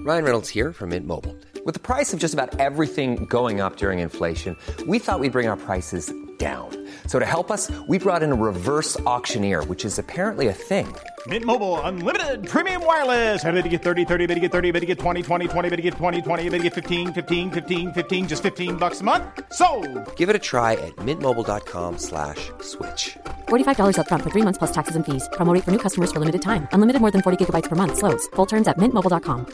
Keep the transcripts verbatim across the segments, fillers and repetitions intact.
Ryan Reynolds here from Mint Mobile. With the price of just about everything going up during inflation, we thought we'd bring our prices down. So to help us, we brought in a reverse auctioneer, which is apparently a thing. Mint Mobile Unlimited Premium Wireless. How to get thirty, thirty, how to get thirty, how to get twenty, twenty, twenty, how to get twenty, twenty, how to get fifteen, fifteen, fifteen, fifteen, just fifteen bucks a month? Sold! Give it a try at mintmobile.com slash switch. forty-five dollars up front for three months plus taxes and fees. Promo rate for new customers for limited time. Unlimited more than forty gigabytes per month. Slows full terms at mint mobile dot com.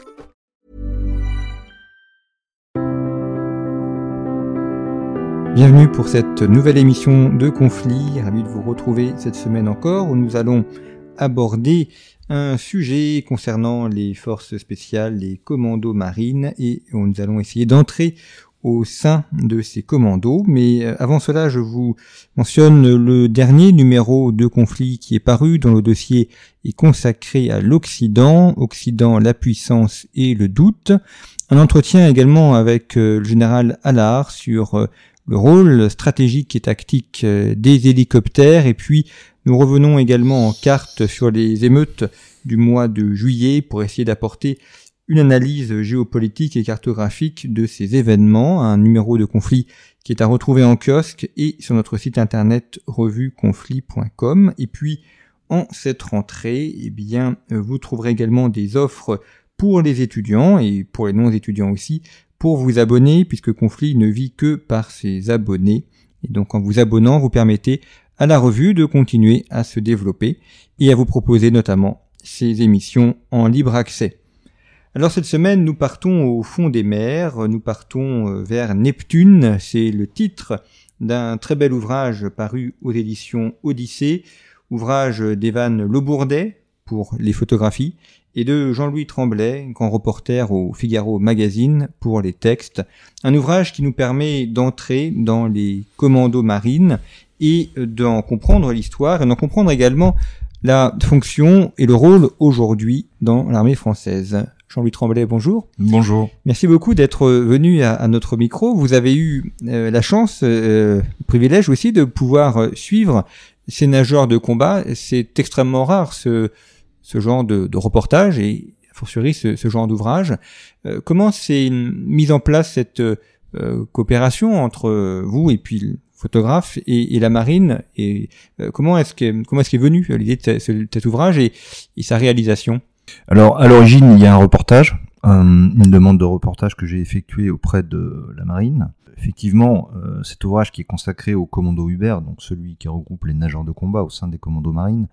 Bienvenue pour cette nouvelle émission de Conflit. Ravi de vous retrouver cette semaine encore où nous allons aborder un sujet concernant les forces spéciales, les commandos marines, et où nous allons essayer d'entrer au sein de ces commandos. Mais avant cela, je vous mentionne le dernier numéro de Conflit qui est paru, dont le dossier est consacré à l'Occident, Occident, la puissance et le doute. Un entretien également avec le général Allard sur le rôle stratégique et tactique des hélicoptères, et puis nous revenons également en carte sur les émeutes du mois de juillet pour essayer d'apporter une analyse géopolitique et cartographique de ces événements, un numéro de Conflit qui est à retrouver en kiosque et sur notre site internet revue conflit point com. Et puis en cette rentrée, eh bien, vous trouverez également des offres pour les étudiants et pour les non-étudiants aussi, pour vous abonner, puisque Conflit ne vit que par ses abonnés. Et donc en vous abonnant, vous permettez à la revue de continuer à se développer et à vous proposer notamment ces émissions en libre accès. Alors cette semaine, nous partons au fond des mers, nous partons vers Neptune, c'est le titre d'un très bel ouvrage paru aux éditions Odyssée, ouvrage d'Evan Lebourdet pour les photographies, et de Jean-Louis Tremblay, grand reporter au Figaro Magazine pour les textes. Un ouvrage qui nous permet d'entrer dans les commandos marines et d'en comprendre l'histoire et d'en comprendre également la fonction et le rôle aujourd'hui dans l'armée française. Jean-Louis Tremblay, bonjour. Bonjour. Merci beaucoup d'être venu à, à notre micro. Vous avez eu euh, la chance, euh, le privilège aussi de pouvoir suivre ces nageurs de combat. C'est extrêmement rare ce ce genre de, de reportage et a fortiori ce, ce genre d'ouvrage. Euh, comment s'est mise en place cette euh, coopération entre vous et puis le photographe et, et la marine, et euh, comment est-ce que comment est-ce qu'est venue l'idée de, ce, de cet ouvrage et, et sa réalisation? Alors à l'origine, il y a un reportage, euh, une demande de reportage que j'ai effectuée auprès de la marine. Effectivement, euh, cet ouvrage qui est consacré au commando Hubert, donc celui qui regroupe les nageurs de combat au sein des commandos marines,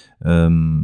euh,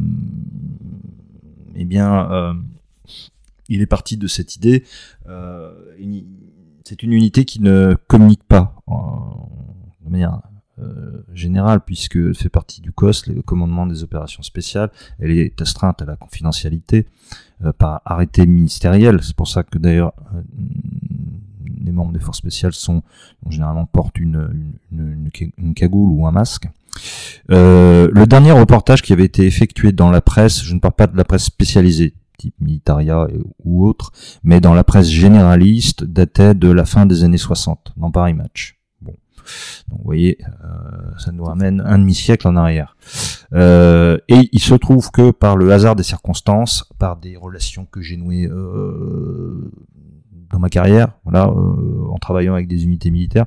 eh bien, euh, il est parti de cette idée. Euh, une, c'est une unité qui ne communique pas euh, de manière euh, générale, puisque elle fait partie du C O S, le commandement des opérations spéciales. Elle est astreinte à la confidentialité euh, par arrêté ministériel. C'est pour ça que d'ailleurs euh, les membres des forces spéciales sont généralement portent une, une, une, une cagoule ou un masque. Euh, le dernier reportage qui avait été effectué dans la presse, je ne parle pas de la presse spécialisée, type Militaria ou autre, mais dans la presse généraliste, datait de la fin des années soixante, dans Paris Match. Bon, donc vous voyez, euh, ça nous ramène un demi-siècle en arrière. Euh, et il se trouve que par le hasard des circonstances, par des relations que j'ai nouées euh, dans ma carrière, voilà, euh, en travaillant avec des unités militaires,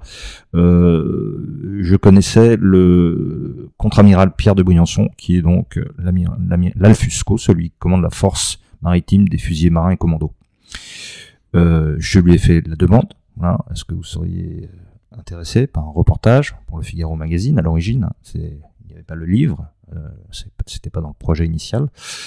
euh, je connaissais le contre-amiral Pierre de Briançon, qui est donc l'Alfusco, celui qui commande la force maritime des fusiliers marins et commandos. Euh, je lui ai fait la demande, voilà, est-ce que vous seriez intéressé par un reportage pour le Figaro Magazine? À l'origine, c'est, il n'y avait pas le livre, euh, c'était pas dans le projet initial.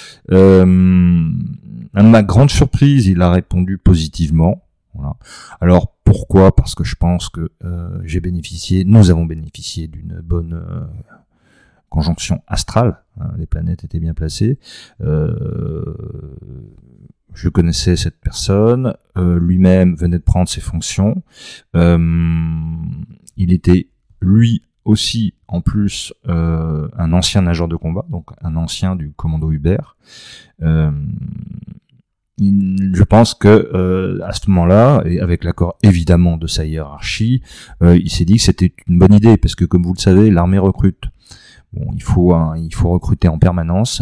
Euh, à ma grande surprise, il a répondu positivement. Voilà. Alors pourquoi? Parce que je pense que euh, j'ai bénéficié, nous avons bénéficié d'une bonne euh, conjonction astrale. Hein, les planètes étaient bien placées. Euh, je connaissais cette personne. Euh, lui-même venait de prendre ses fonctions. Euh, il était lui aussi en plus euh, un ancien nageur de combat, donc un ancien du commando Hubert. Euh, Je pense que euh, à ce moment-là, et avec l'accord évidemment de sa hiérarchie, euh, il s'est dit que c'était une bonne idée, parce que comme vous le savez, l'armée recrute Bon, il faut hein, il faut recruter en permanence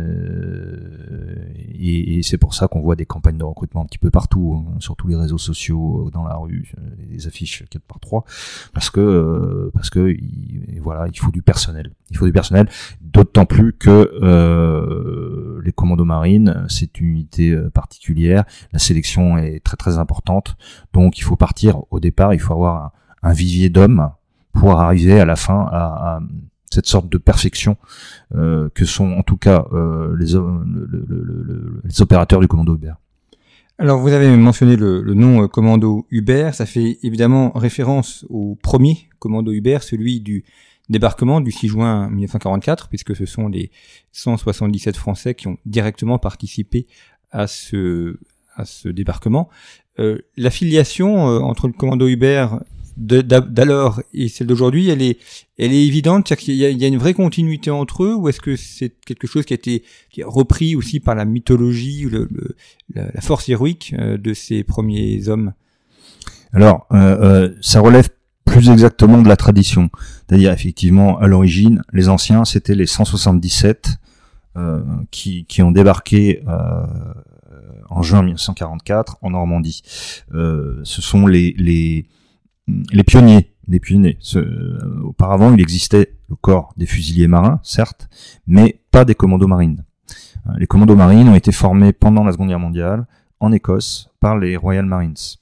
euh, et, et c'est pour ça qu'on voit des campagnes de recrutement un petit peu partout, hein, sur tous les réseaux sociaux, dans la rue, les affiches quatre par trois, parce que euh, parce que il, voilà, il faut du personnel. Il faut du personnel, d'autant plus que euh, les commandos marines, c'est une unité particulière. La sélection est très très importante, donc il faut partir au départ, il faut avoir un, un vivier d'hommes pour arriver à la fin à, à cette sorte de perfection euh, que sont en tout cas euh, les, le, le, le, le, les opérateurs du commando Hubert. Alors vous avez mentionné le, le nom euh, commando Hubert, ça fait évidemment référence au premier commando Hubert, celui du débarquement du six juin mille neuf cent quarante-quatre, puisque ce sont les cent soixante-dix-sept Français qui ont directement participé à ce, à ce débarquement. Euh, l'affiliation euh, entre le commando Hubert De, d'alors et celle d'aujourd'hui, elle est, elle est évidente, c'est-à-dire qu'il y a, il y a une vraie continuité entre eux, ou est-ce que c'est quelque chose qui a été qui est repris aussi par la mythologie ou le, le, la, la force héroïque de ces premiers hommes? Alors, euh, euh, ça relève plus exactement de la tradition, c'est-à-dire effectivement à l'origine, les anciens c'était les cent soixante-dix-sept euh, qui, qui ont débarqué euh, en juin mille neuf cent quarante-quatre en Normandie. Euh, ce sont les, les Les pionniers, les pionniers. Ce, euh, auparavant, il existait le corps des fusiliers marins, certes, mais pas des commandos marines. Euh, les commandos marines ont été formés pendant la Seconde Guerre mondiale en Écosse par les Royal Marines.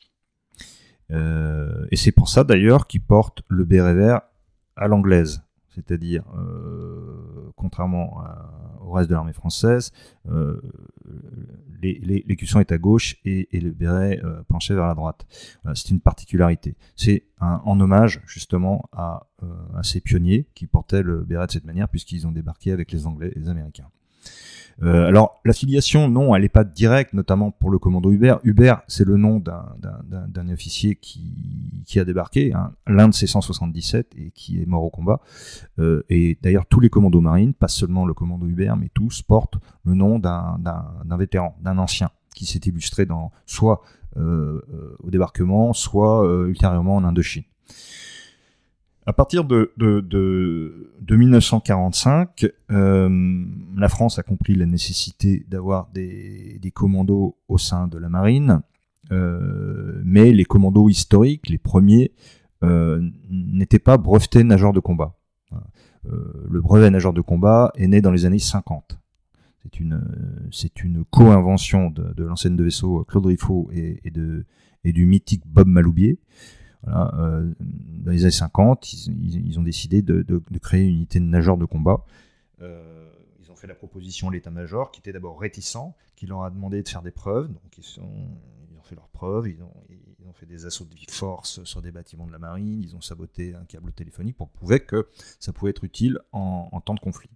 Euh, et c'est pour ça d'ailleurs qu'ils portent le béret vert à l'anglaise, c'est-à-dire, euh, contrairement à, au reste de l'armée française, euh, les, les, l'écusson est à gauche et, et le béret euh, penché vers la droite. Voilà, c'est une particularité. C'est un, en hommage justement à, euh, à ces pionniers qui portaient le béret de cette manière puisqu'ils ont débarqué avec les Anglais et les Américains. Euh, alors l'affiliation, non, elle n'est pas directe, notamment pour le commando Hubert. Hubert, c'est le nom d'un, d'un, d'un, d'un officier qui, qui a débarqué, hein, l'un de ces cent soixante-dix-sept et qui est mort au combat. Euh, et d'ailleurs, tous les commandos marines, pas seulement le commando Hubert, mais tous portent le nom d'un, d'un, d'un vétéran, d'un ancien, qui s'est illustré dans soit euh, euh, au débarquement, soit euh, ultérieurement en Indochine. À partir de, de, de, de mille neuf cent quarante-cinq, euh, la France a compris la nécessité d'avoir des, des commandos au sein de la marine, euh, mais les commandos historiques, les premiers, euh, n'étaient pas brevetés nageurs de combat. Euh, le brevet nageur de combat est né dans les années cinquante. C'est une, c'est une co-invention de, de l'enseigne de vaisseau Claude Riffaut et, et, de, et du mythique Bob Maloubier. Voilà, euh, dans les années cinquante, ils, ils, ils ont décidé de, de, de créer une unité de nageurs de combat. Euh, ils ont fait la proposition à l'état-major, qui était d'abord réticent, qui leur a demandé de faire des preuves. Donc ils, sont, ils ont fait leurs preuves, ils ont, ils ont fait des assauts de force sur des bâtiments de la marine, ils ont saboté un câble téléphonique pour prouver que ça pouvait être utile en, en temps de conflit.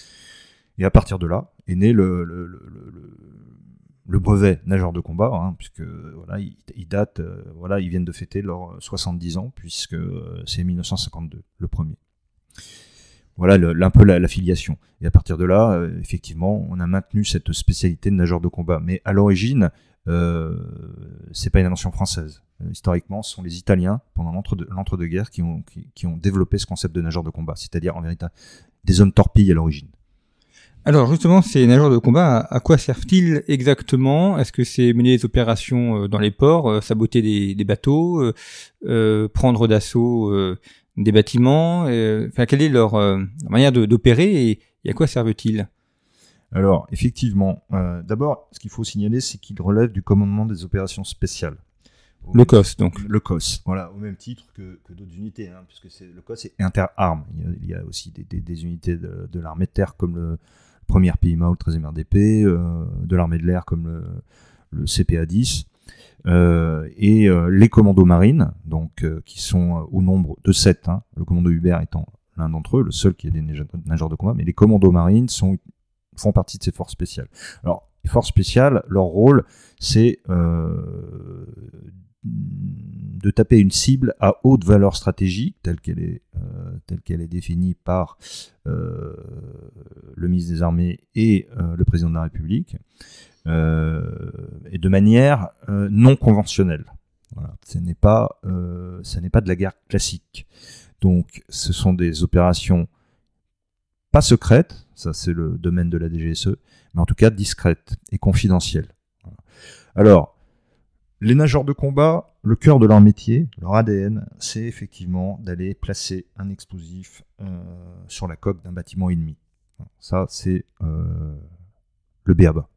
Et à partir de là est né le, le, le, le, le brevet nageur de combat, hein, puisque voilà, ils, ils datent, euh, voilà, ils viennent de fêter leurs soixante-dix ans, puisque euh, c'est mille neuf cent cinquante-deux, le premier. Voilà le, un peu la, la filiation. Et à partir de là, euh, effectivement, on a maintenu cette spécialité de nageur de combat. Mais à l'origine, euh, c'est pas une invention française. Euh, historiquement, ce sont les Italiens, pendant l'entre-deux, l'entre-deux-guerres, qui ont, qui, qui ont développé ce concept de nageur de combat, c'est-à-dire en vérité des hommes torpilles à l'origine. Alors justement, ces nageurs de combat, à quoi servent-ils exactement? Est-ce que c'est mener des opérations dans les ports, euh, saboter des, des bateaux, euh, euh, prendre d'assaut euh, des bâtiments? euh, Enfin, quelle est leur, euh, leur manière de, d'opérer et, et à quoi servent-ils? Alors, effectivement, euh, d'abord, ce qu'il faut signaler, c'est qu'ils relèvent du commandement des opérations spéciales. Le C O S, donc. Le C O S, voilà, au même titre que, que d'autres unités, hein, puisque c'est, le C O S est inter-armes. Il y a, il y a aussi des, des, des unités de, de l'armée de terre comme le premier P I M A ou le treizième R D P, euh, de l'armée de l'air comme le, le C P A dix, euh, et euh, les commandos marines, donc euh, qui sont au nombre de sept, hein, le commando Hubert étant l'un d'entre eux, le seul qui a des nageurs de combat, mais les commandos marines sont, font partie de ces forces spéciales. Alors, les forces spéciales, leur rôle, c'est euh, de taper une cible à haute valeur stratégique, telle qu'elle est, euh, telle qu'elle est définie par euh, le ministre des Armées et euh, le président de la République, euh, et de manière euh, non conventionnelle. Voilà. Ce n'est pas, euh, ça n'est pas de la guerre classique. Donc, ce sont des opérations pas secrètes, ça c'est le domaine de la D G S E, mais en tout cas discrètes et confidentielles. Alors, les nageurs de combat, le cœur de leur métier, leur A D N, c'est effectivement d'aller placer un explosif euh, sur la coque d'un bâtiment ennemi. Ça, c'est euh, le b a ba.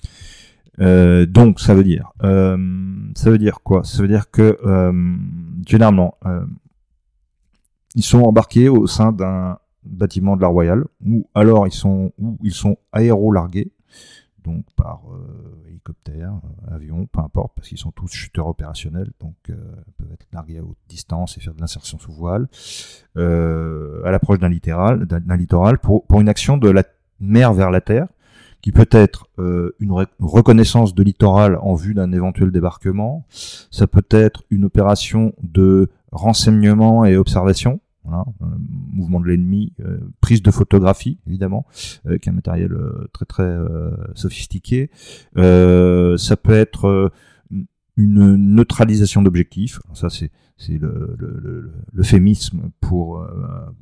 Euh, donc, ça veut dire, euh, ça veut dire quoi ? Ça veut dire que euh, généralement, euh, ils sont embarqués au sein d'un bâtiment de la Royale, ou alors ils sont, ou ils sont aéro-largués, donc par euh, hélicoptère, euh, avion, peu importe, parce qu'ils sont tous shooters opérationnels, donc euh, peuvent être largués à haute distance et faire de l'insertion sous voile, euh, à l'approche d'un littoral, d'un, d'un littoral pour, pour une action de la mer vers la terre, qui peut être euh, une re- reconnaissance de littoral en vue d'un éventuel débarquement, ça peut être une opération de renseignement et observation, voilà, euh, mouvement de l'ennemi, euh, prise de photographie évidemment, avec un matériel euh, très très euh, sophistiqué. Euh, ça peut être euh, une neutralisation d'objectifs. Ça c'est c'est le, le, le, l'euphémisme pour euh,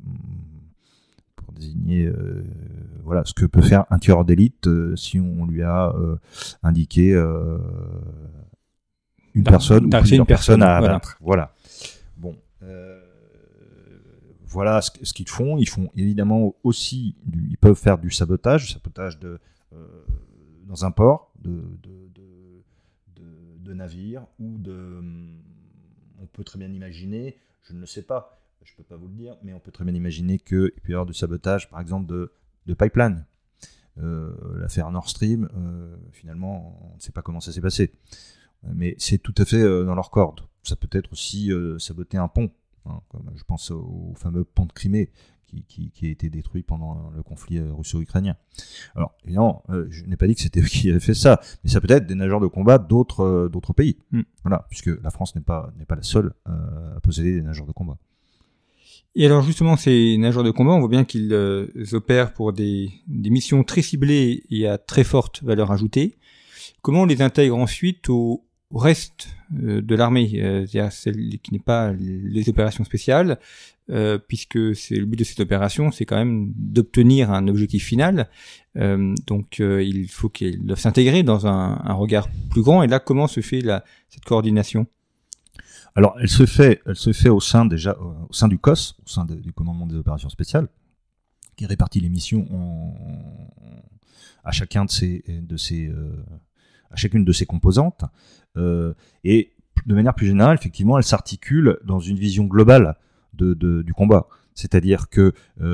pour désigner euh, voilà ce que peut faire un tireur d'élite euh, si on lui a euh, indiqué euh, une D'ar- personne ou plusieurs une personne, personnes à voilà. abattre. Voilà. Bon. Euh, Voilà ce, ce qu'ils font. Ils font évidemment aussi, du, ils peuvent faire du sabotage, du sabotage de, euh, dans un port, de, de, de, de, de navires, ou de. On peut très bien imaginer, je ne le sais pas, je ne peux pas vous le dire, mais on peut très bien imaginer qu'il peut y avoir du sabotage, par exemple, de, de pipeline. Euh, l'affaire Nord Stream, euh, finalement, on ne sait pas comment ça s'est passé. Mais c'est tout à fait euh, dans leur corde. Ça peut être aussi euh, saboter un pont. Hein, comme je pense au fameux pont de Crimée qui, qui, qui a été détruit pendant le conflit russo-ukrainien. Alors, évidemment, euh, je n'ai pas dit que c'était eux qui avaient fait ça, mais ça peut être des nageurs de combat d'autres, euh, d'autres pays. Mm. Voilà, puisque la France n'est pas, n'est pas la seule euh, à posséder des nageurs de combat. Et alors justement, ces nageurs de combat, on voit bien qu'ils euh, opèrent pour des, des missions très ciblées et à très forte valeur ajoutée. Comment on les intègre ensuite au au reste euh, de l'armée, euh, c'est-à-dire celle qui n'est pas les opérations spéciales, euh, puisque c'est le but de cette opération, c'est quand même d'obtenir un objectif final. Euh, donc euh, il faut qu'ils doivent s'intégrer dans un, un regard plus grand. Et là, comment se fait la, cette coordination ? Alors, elle se fait, elle se fait au sein déjà, au sein du C O S, au sein de, du commandement des opérations spéciales, qui répartit les missions en, à chacun de ces, de ces, euh, à chacune de ses composantes. Euh, et de manière plus générale, effectivement, elle s'articule dans une vision globale de, de, du combat. C'est-à-dire que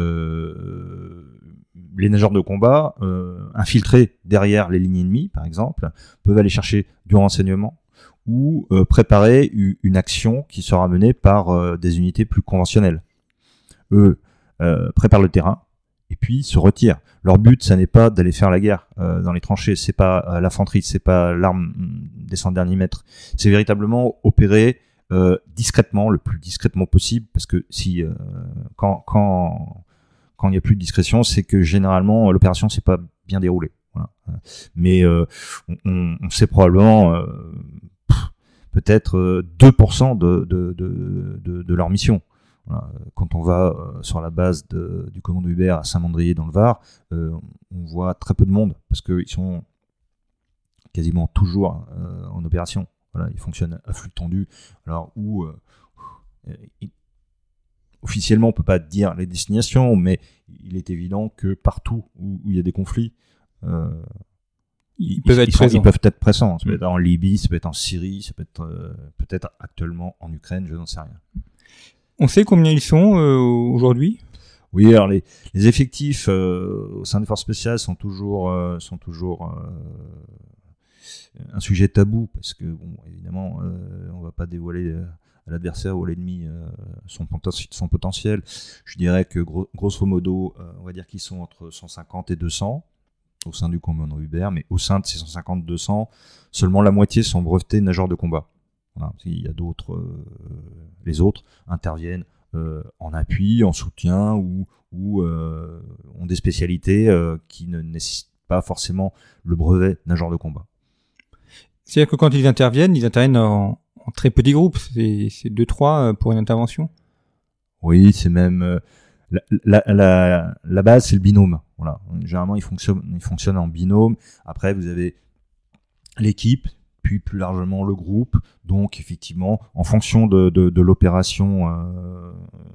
euh, les nageurs de combat, euh, infiltrés derrière les lignes ennemies, par exemple, peuvent aller chercher du renseignement ou euh, préparer une action qui sera menée par euh, des unités plus conventionnelles. Eux euh, préparent le terrain et puis se retirent. Leur but, ça n'est pas d'aller faire la guerre euh, dans les tranchées, c'est pas euh, l'infanterie, c'est pas l'arme des cent derniers mètres. C'est véritablement opérer euh, discrètement, le plus discrètement possible, parce que si euh, quand quand quand il n'y a plus de discrétion, c'est que généralement l'opération s'est pas bien déroulée. Voilà. Mais euh, on, on sait probablement euh, peut-être euh, deux pour cent de de, de de de leur mission. Voilà. Quand on va euh, sur la base de, du commando Hubert à Saint-Mandrier dans le Var, euh, on voit très peu de monde parce qu'ils sont quasiment toujours euh, en opération. Voilà, ils fonctionnent à flux tendu. Alors où euh, il, officiellement on peut pas dire les destinations, mais il est évident que partout où, où il y a des conflits, euh, ils, ils, peuvent ils, être sont, ils peuvent être présents. Ça peut mmh. être en Libye, ça peut être en Syrie, ça peut être euh, peut-être actuellement en Ukraine, je n'en sais rien. On sait combien ils sont euh, aujourd'hui ? Oui, alors les, les effectifs euh, au sein des forces spéciales sont toujours euh, sont toujours euh, un sujet tabou parce que bon, évidemment, euh, on va pas dévoiler à l'adversaire ou à l'ennemi euh, son, poten- son potentiel. Je dirais que gros, grosso modo, euh, on va dire qu'ils sont entre cent cinquante et deux cents au sein du commandement Hubert, mais au sein de ces cent cinquante deux cents, seulement la moitié sont brevetés nageurs de combat. Voilà, il y a d'autres, euh, les autres interviennent euh, en appui, en soutien ou, ou euh, ont des spécialités euh, qui ne nécessitent pas forcément le brevet nageur de combat. C'est-à-dire que quand ils interviennent, ils interviennent en, en très petits groupes, c'est, c'est deux trois pour une intervention ? Oui, c'est même... Euh, la, la, la, la base, c'est le binôme. Voilà. Généralement, ils fonctionnent, ils fonctionnent en binôme. Après, vous avez l'équipe, puis plus largement le groupe. Donc, effectivement, en fonction de, de, de l'opération euh,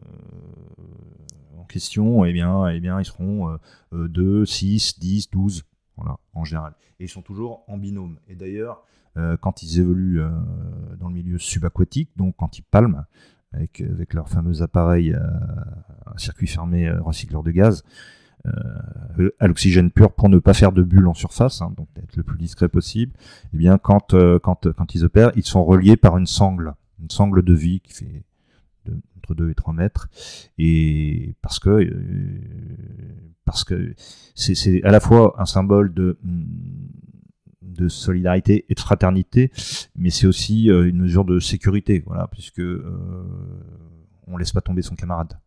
en question, eh bien, eh bien, ils seront euh, deux, six, dix, douze, voilà, en général. Et ils sont toujours en binôme. Et d'ailleurs, euh, quand ils évoluent euh, dans le milieu subaquatique, donc quand ils palment, avec, avec leur fameux appareil euh, un circuit fermé euh, recycleur de gaz, euh, à l'oxygène pur pour ne pas faire de bulles en surface, hein, donc d'être le plus discret possible, eh bien quand, euh, quand, quand ils opèrent, ils sont reliés par une sangle, une sangle de vie qui fait de, entre deux et trois mètres, et parce que, euh, parce que c'est, c'est à la fois un symbole de... de solidarité et de fraternité, mais c'est aussi euh, une mesure de sécurité, voilà, puisque euh, on laisse pas tomber son camarade.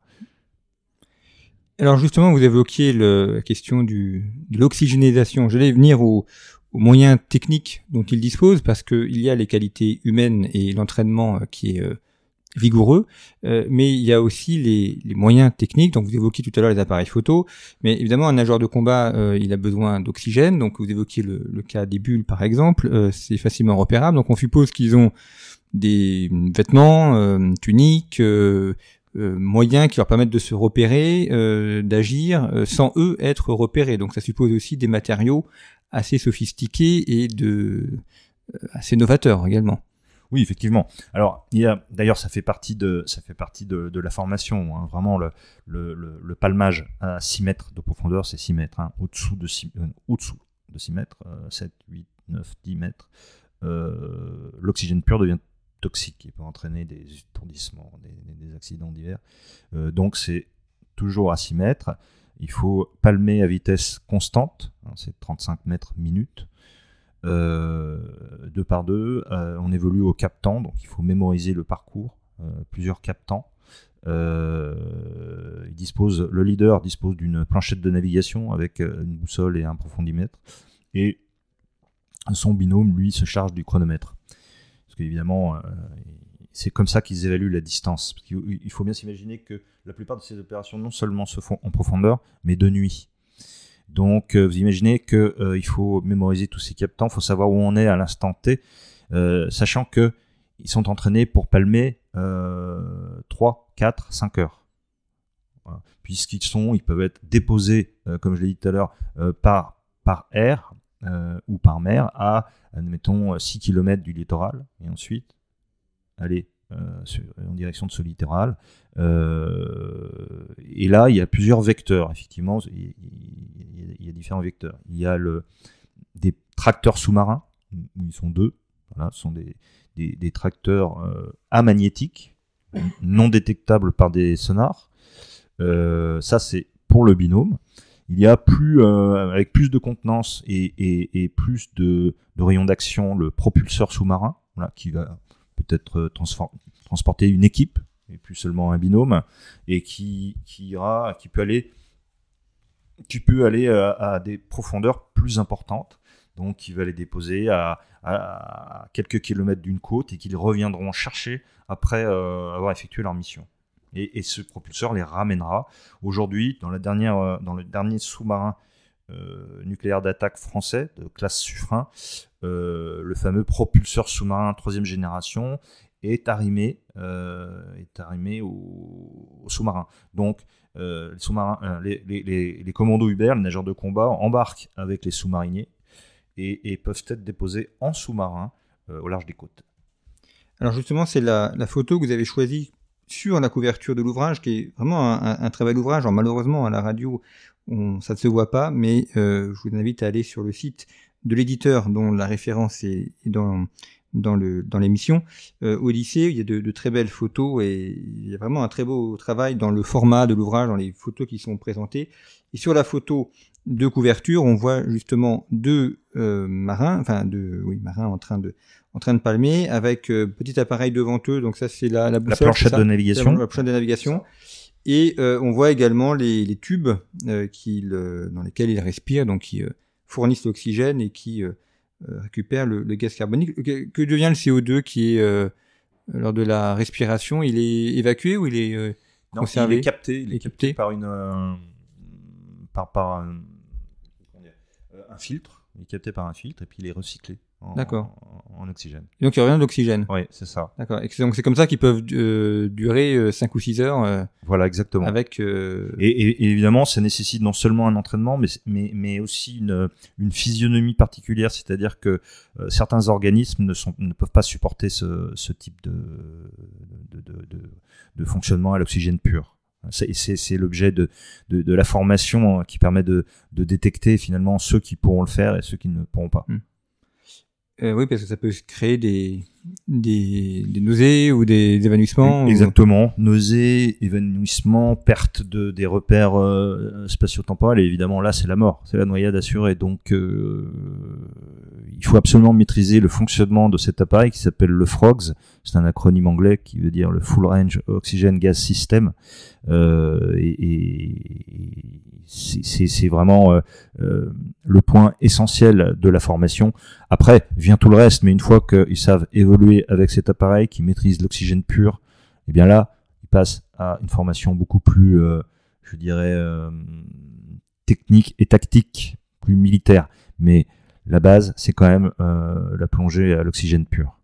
Alors justement, vous évoquiez le, la question du, de l'oxygénisation. J'allais venir aux, aux moyens techniques dont il dispose, parce qu'il y a les qualités humaines et l'entraînement qui est euh, vigoureux, euh, mais il y a aussi les, les moyens techniques. Donc vous évoquiez tout à l'heure les appareils photo, mais évidemment un nageur de combat, euh, il a besoin d'oxygène. Donc vous évoquiez le, le cas des bulles par exemple, euh, c'est facilement repérable. Donc on suppose qu'ils ont des vêtements, euh, tuniques, euh, euh, moyens qui leur permettent de se repérer, euh, d'agir, euh, sans eux être repérés. Donc ça suppose aussi des matériaux assez sophistiqués et de euh, assez novateurs également. Oui, effectivement. Alors, il y a, d'ailleurs, ça fait partie de, ça fait partie de, de la formation. Hein. Vraiment, le, le, le, le palmage à six mètres de profondeur, c'est six mètres. Hein. Au-dessous de six, euh, au-dessous de six mètres, euh, sept, huit, neuf, dix mètres, euh, l'oxygène pur devient toxique. Il peut entraîner des étourdissements, des, des accidents divers. Euh, donc, c'est toujours à six mètres. Il faut palmer à vitesse constante. Hein, c'est trente-cinq mètres minute. Euh, deux par deux, euh, on évolue au cap-temps, donc il faut mémoriser le parcours, euh, plusieurs cap-temps. Euh, il dispose, le leader dispose d'une planchette de navigation avec une boussole et un profondimètre, et son binôme, lui, se charge du chronomètre. Parce qu'évidemment, euh, c'est comme ça qu'ils évaluent la distance. Parce qu'il faut bien s'imaginer que la plupart de ces opérations non seulement se font en profondeur, mais de nuit. Donc, euh, vous imaginez qu'il euh, faut mémoriser tous ces cap-temps, il faut savoir où on est à l'instant T, euh, sachant qu'ils sont entraînés pour palmer euh, trois, quatre, cinq heures. Voilà. Puisqu'ils sont, ils peuvent être déposés, euh, comme je l'ai dit tout à l'heure, euh, par, par air euh, ou par mer à, admettons, six kilomètres du littoral, et ensuite aller euh, sur, en direction de ce littoral. Euh, et là, il y a plusieurs vecteurs, effectivement. Il, il, il y a différents vecteurs. Il y a le, des tracteurs sous-marins, où ils sont deux. Voilà, ce sont des, des, des tracteurs euh, amagnétiques, non détectables par des sonars. Euh, ça, c'est pour le binôme. Il y a plus, euh, avec plus de contenance et, et, et plus de, de rayons d'action, le propulseur sous-marin, voilà, qui va peut-être transfor- transporter une équipe, et plus seulement un binôme, et qui, qui ira, qui peut aller, qui peut aller à, à des profondeurs plus importantes. Donc, qui va les déposer à, à, à quelques kilomètres d'une côte et qu'ils reviendront chercher après euh, avoir effectué leur mission. Et, et ce propulseur les ramènera. Aujourd'hui, dans, la dernière, dans le dernier sous-marin euh, nucléaire d'attaque français de classe Suffren, euh, le fameux propulseur sous-marin troisième génération est arrimé, euh, est arrimé au, au sous-marin. Donc, euh, les, sous-marins, euh, les, les, les, les commandos Hubert, les nageurs de combat, embarquent avec les sous-mariniers et, et peuvent être déposés en sous-marin euh, au large des côtes. Alors justement, c'est la, la photo que vous avez choisie sur la couverture de l'ouvrage, qui est vraiment un, un, un très bel ouvrage. Alors, malheureusement, à la radio, on, ça ne se voit pas, mais euh, je vous invite à aller sur le site de l'éditeur dont la référence est, est dans, dans, le, dans l'émission. Euh, Odyssée, il y a de, de très belles photos et il y a vraiment un très beau travail dans le format de l'ouvrage, dans les photos qui sont présentées. Et sur la photo de couverture, on voit justement deux euh, marins, enfin deux oui, marins en train de en train de palmer avec euh, petit appareil devant eux. Donc ça, c'est la la, boussole, la planchette de navigation. La, la planchette de navigation. Et euh, on voit également les, les tubes euh, qu'il, euh, dans lesquels ils respirent, donc qui euh, fournissent l'oxygène et qui euh, récupèrent le, le gaz carbonique. Que, que devient le C O deux qui est euh, lors de la respiration? Il est évacué ou il est euh, Non, conservé, il est capté, il est capté capté par une euh, par par un, comment dire, euh, un filtre. Il est capté par un filtre et puis il est recyclé en, D'accord. en, en oxygène. Et donc il revient d'oxygène. Oui, c'est ça. D'accord. Et donc c'est comme ça qu'ils peuvent euh, durer euh, cinq ou six heures euh, Voilà, exactement. avec. Euh... Et, et, et évidemment, ça nécessite non seulement un entraînement, mais mais mais aussi une une physionomie particulière, c'est-à-dire que euh, certains organismes ne sont ne peuvent pas supporter ce ce type de de de, de, de fonctionnement à l'oxygène pur. C'est, c'est, c'est l'objet de, de, de la formation qui permet de, de détecter finalement ceux qui pourront le faire et ceux qui ne pourront pas. Mmh. Euh, oui, parce que ça peut créer des, des, des nausées ou des, des évanouissements. Exactement. Ou... Nausées, évanouissements, perte de, des repères euh, spatio-temporels. Et évidemment, là, c'est la mort. C'est la noyade assurée. Donc, euh, il faut absolument maîtriser le fonctionnement de cet appareil qui s'appelle le FROGS. C'est un acronyme anglais qui veut dire le Full Range Oxygen Gas System. Euh, et, et c'est, c'est, c'est vraiment euh, euh, le point essentiel de la formation. Après vient tout le reste, mais une fois qu'ils savent évoluer avec cet appareil, qu'ils maîtrisent l'oxygène pur, et bien là, ils passent à une formation beaucoup plus, euh, je dirais, euh, technique et tactique, plus militaire. Mais la base, c'est quand même euh, la plongée à l'oxygène pur.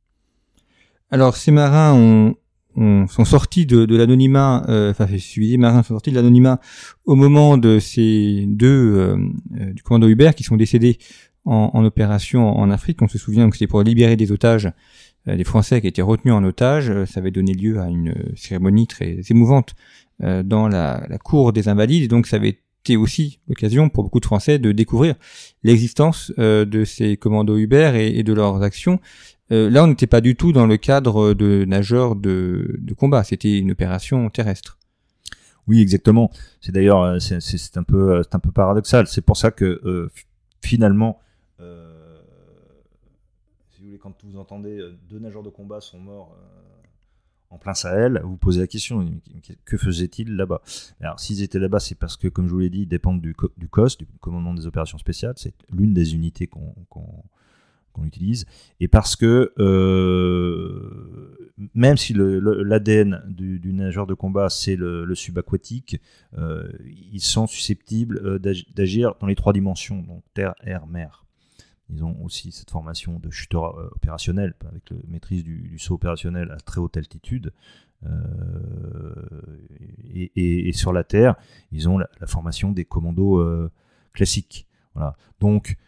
Alors, ces marins ont On, sont sortis de, de l'anonymat, euh, enfin, les marins sont sortis de l'anonymat au moment de ces deux euh, euh, du commando Hubert qui sont décédés en, en opération en Afrique. On se souvient que c'était pour libérer des otages, euh, des Français qui étaient retenus en otage. Ça avait donné lieu à une cérémonie très émouvante euh, dans la, la cour des Invalides, et donc ça avait été aussi l'occasion pour beaucoup de Français de découvrir l'existence euh, de ces commandos Hubert et, et de leurs actions. Euh, là, on n'était pas du tout dans le cadre de nageurs de, de combat. C'était une opération terrestre. Oui, exactement. C'est d'ailleurs, c'est, c'est, c'est un peu, c'est un peu paradoxal. C'est pour ça que euh, finalement, euh, si vous voulez, quand vous entendez deux nageurs de combat sont morts euh, en plein Sahel, vous posez la question, que faisaient-ils là-bas ? Alors, s'ils étaient là-bas, c'est parce que, comme je vous l'ai dit, ils dépendent du, du C O S, du commandement des opérations spéciales. C'est l'une des unités qu'on, qu'on qu'on utilise, et parce que euh, même si le, le, l'A D N du, du nageur de combat c'est le, le subaquatique, euh, ils sont susceptibles d'agir dans les trois dimensions, donc terre, air, mer. Ils ont aussi cette formation de chuteur euh, opérationnel, avec la maîtrise du, du saut opérationnel à très haute altitude, euh, et, et, et sur la terre, ils ont la, la formation des commandos euh, classiques. Voilà. Donc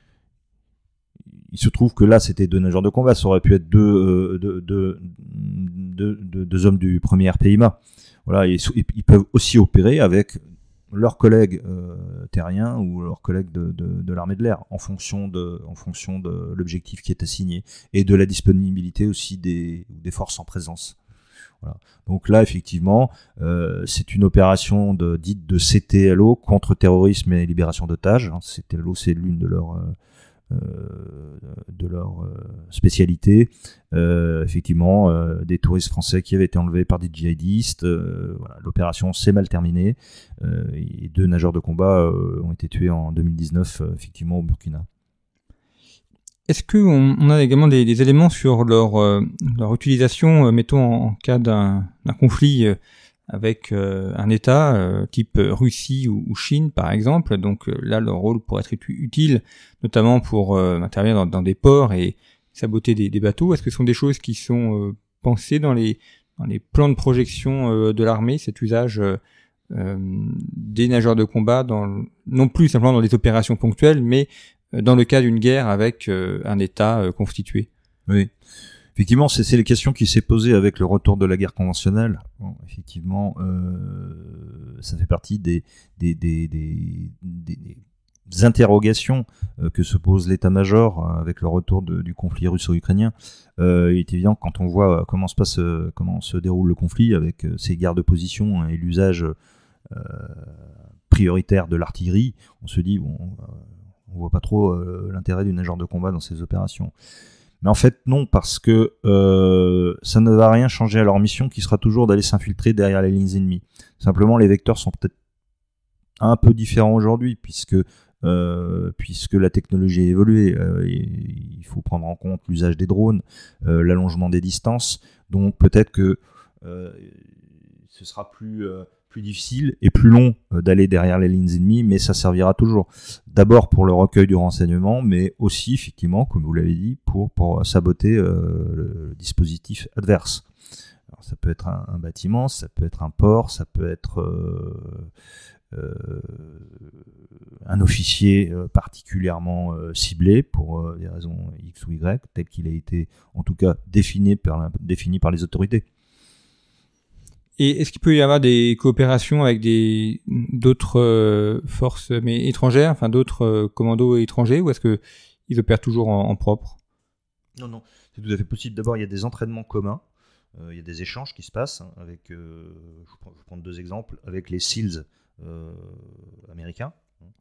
il se trouve que là, c'était deux nageurs de combat. Ça aurait pu être deux, euh, deux, deux, deux, deux, deux hommes du premier R P I M A. Voilà, ils, ils peuvent aussi opérer avec leurs collègues euh, terriens ou leurs collègues de, de, de l'armée de l'air, en fonction de, en fonction de l'objectif qui est assigné et de la disponibilité aussi des, des forces en présence. Voilà. Donc là, effectivement, euh, c'est une opération de, dite de C T L O, contre-terrorisme et libération d'otages. C T L O, c'est l'une de leurs euh, Euh, de leur euh, spécialité, euh, effectivement euh, des touristes français qui avaient été enlevés par des djihadistes. Euh, voilà, l'opération s'est mal terminée euh, et deux nageurs de combat euh, ont été tués en deux mille dix-neuf euh, effectivement au Burkina. Est-ce qu'on on a également des, des éléments sur leur, euh, leur utilisation, euh, mettons en, en cas d'un, d'un conflit euh, avec euh, un État euh, type Russie ou, ou Chine par exemple? Donc euh, là leur rôle pourrait être utile, notamment pour euh, intervenir dans, dans des ports et saboter des, des bateaux. Est-ce que ce sont des choses qui sont euh, pensées dans les, dans les plans de projection euh, de l'armée, cet usage euh, euh, des nageurs de combat, dans, non plus simplement dans des opérations ponctuelles, mais euh, dans le cas d'une guerre avec euh, un État euh, constitué? Oui. Effectivement, c'est, c'est les questions qui s'est posées avec le retour de la guerre conventionnelle. Bon, effectivement, euh, ça fait partie des, des, des, des, des, des interrogations euh, que se pose l'état-major euh, avec le retour de, du conflit russo-ukrainien. Euh, il est évident que quand on voit comment se passe, euh, comment se déroule le conflit avec euh, ces guerres de position et l'usage euh, prioritaire de l'artillerie, on se dit bon, euh, on voit pas trop euh, l'intérêt du nageur de combat dans ces opérations. Mais en fait, non, parce que euh, ça ne va rien changer à leur mission, qui sera toujours d'aller s'infiltrer derrière les lignes ennemies. Simplement, les vecteurs sont peut-être un peu différents aujourd'hui, puisque euh, puisque la technologie a évolué. Euh, il faut prendre en compte l'usage des drones, euh, l'allongement des distances. Donc peut-être que euh, ce sera plus euh, plus difficile et plus long euh, d'aller derrière les lignes ennemies, mais ça servira toujours. D'abord pour le recueil du renseignement, mais aussi effectivement, comme vous l'avez dit, pour pour saboter euh, le, le dispositif adverse. Alors, ça peut être un, un bâtiment, ça peut être un port, ça peut être euh, euh, un officier euh, particulièrement euh, ciblé pour euh, des raisons X ou Y, tel qu'il a été en tout cas défini par, défini par les autorités. Et est-ce qu'il peut y avoir des coopérations avec des d'autres euh, forces mais étrangères, enfin d'autres euh, commandos étrangers, ou est-ce que ils opèrent toujours en, en propre? Non, non, c'est tout à fait possible. D'abord, il y a des entraînements communs, euh, il y a des échanges qui se passent hein, avec, euh, je vais prendre deux exemples, avec les SEALs euh, américains,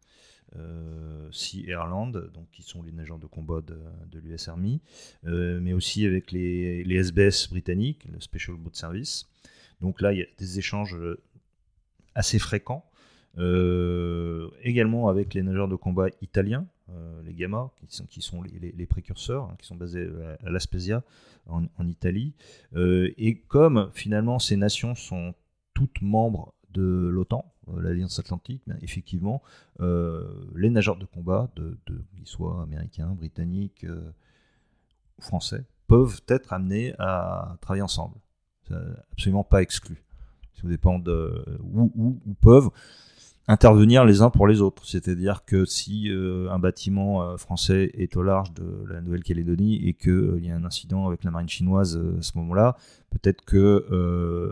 euh, Sea Airland, donc qui sont les nageurs de combat de, de l'U S Army, euh, mais aussi avec les, les S B S britanniques, le Special Boat Service. Donc là, il y a des échanges assez fréquents, euh, également avec les nageurs de combat italiens, euh, les Gamma, qui sont, qui sont les, les, les précurseurs, hein, qui sont basés à, à La Spezia, en, en Italie. Euh, et comme finalement ces nations sont toutes membres de l'OTAN, euh, l'Alliance Atlantique, ben, effectivement, euh, les nageurs de combat, de, de, qu'ils soient américains, britanniques, euh, français, peuvent être amenés à travailler ensemble. Absolument pas exclu. Ça dépend de où, où, où peuvent intervenir les uns pour les autres. C'est-à-dire que si euh, un bâtiment euh, français est au large de la Nouvelle-Calédonie et qu'il euh, y a un incident avec la marine chinoise euh, à ce moment-là, peut-être que euh,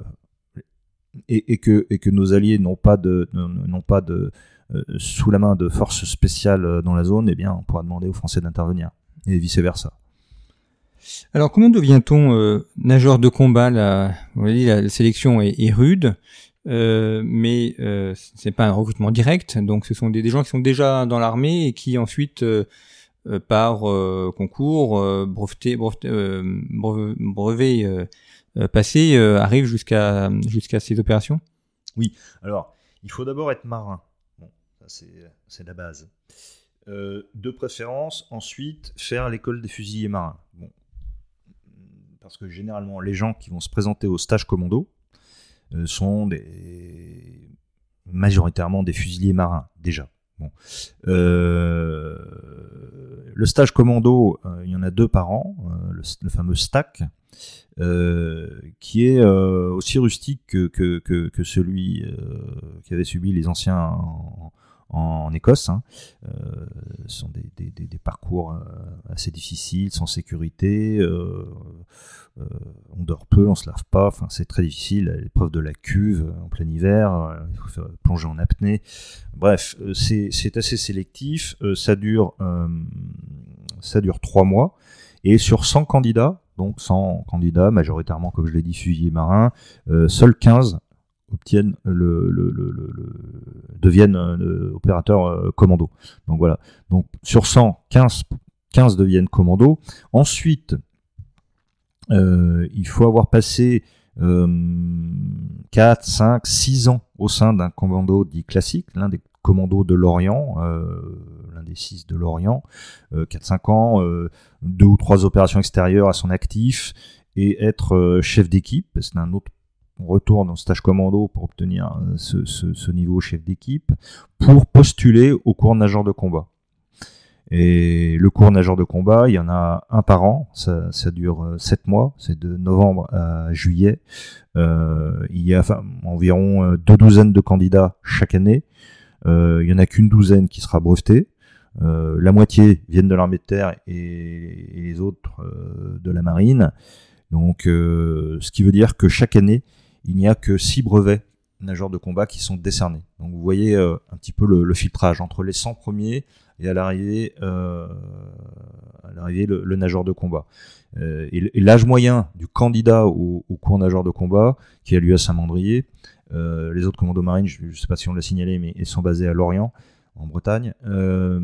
et, et que et que nos alliés n'ont pas de n'ont pas de euh, sous la main de forces spéciales dans la zone, eh bien on pourra demander aux Français d'intervenir et vice versa. Alors, comment devient-on euh, nageur de combat? La, vous voyez, la sélection est, est rude, euh, mais euh, c'est pas un recrutement direct. Donc, ce sont des, des gens qui sont déjà dans l'armée et qui ensuite, euh, euh, par euh, concours, euh, breveté, breveté, euh, brevet, brevet euh, euh, passé, euh, arrivent jusqu'à jusqu'à ces opérations. Oui. Alors, il faut d'abord être marin. Bon, ça c'est c'est la base. Euh, de préférence, ensuite, faire l'école des fusiliers marins. Bon. Parce que généralement, les gens qui vont se présenter au stage commando euh, sont des... majoritairement des fusiliers marins, déjà. Bon. Euh... Le stage commando, euh, il y en a deux par an, euh, le, le fameux STAC, euh, qui est euh, aussi rustique que, que, que, que celui euh, qui avait subi les anciens en, en Écosse. Hein. Euh, ce sont des, des, des, des parcours euh, assez difficiles, sans sécurité. Euh, euh, on dort peu, on se lave pas. Enfin, c'est très difficile. L'épreuve de la cuve en plein hiver, euh, il faut faire plonger en apnée. Bref, euh, c'est, c'est assez sélectif. Euh, ça dure, euh, ça dure trois mois. Et sur cent candidats, donc cent candidats, majoritairement, comme je l'ai dit, fusiliers marins, euh, seuls quinze obtiennent le, le, le, le, le deviennent euh, opérateurs euh, commando. Donc voilà. Donc sur cent, quinze, quinze deviennent commando. Ensuite, euh, il faut avoir passé euh, quatre, cinq, six ans au sein d'un commando dit classique, l'un des commandos de l'Orient, euh, l'un des six de l'Orient, euh, quatre cinq ans, euh, deux ou trois opérations extérieures à son actif, et être euh, chef d'équipe. C'est un autre on retourne en stage commando pour obtenir ce, ce, ce niveau chef d'équipe, pour postuler au cours nageur de combat. Et le cours nageur de combat, il y en a un par an, ça, ça dure sept mois, c'est de novembre à juillet. Euh, il y a enfin, environ deux douzaines de candidats chaque année. Euh, il y en a qu'une douzaine qui sera brevetée. Euh, la moitié viennent de l'armée de terre et, et les autres euh, de la marine. Donc, euh, ce qui veut dire que chaque année, il n'y a que six brevets nageurs de combat qui sont décernés. Donc vous voyez euh, un petit peu le, le filtrage entre les cent premiers et à l'arrivée, euh, à l'arrivée le, le nageur de combat. Euh, et, et l'âge moyen du candidat au, au cours nageur de combat, qui a lieu à Saint-Mandrier, euh, les autres commandos marines, je ne sais pas si on l'a signalé, mais ils sont basés à Lorient, en Bretagne. Euh,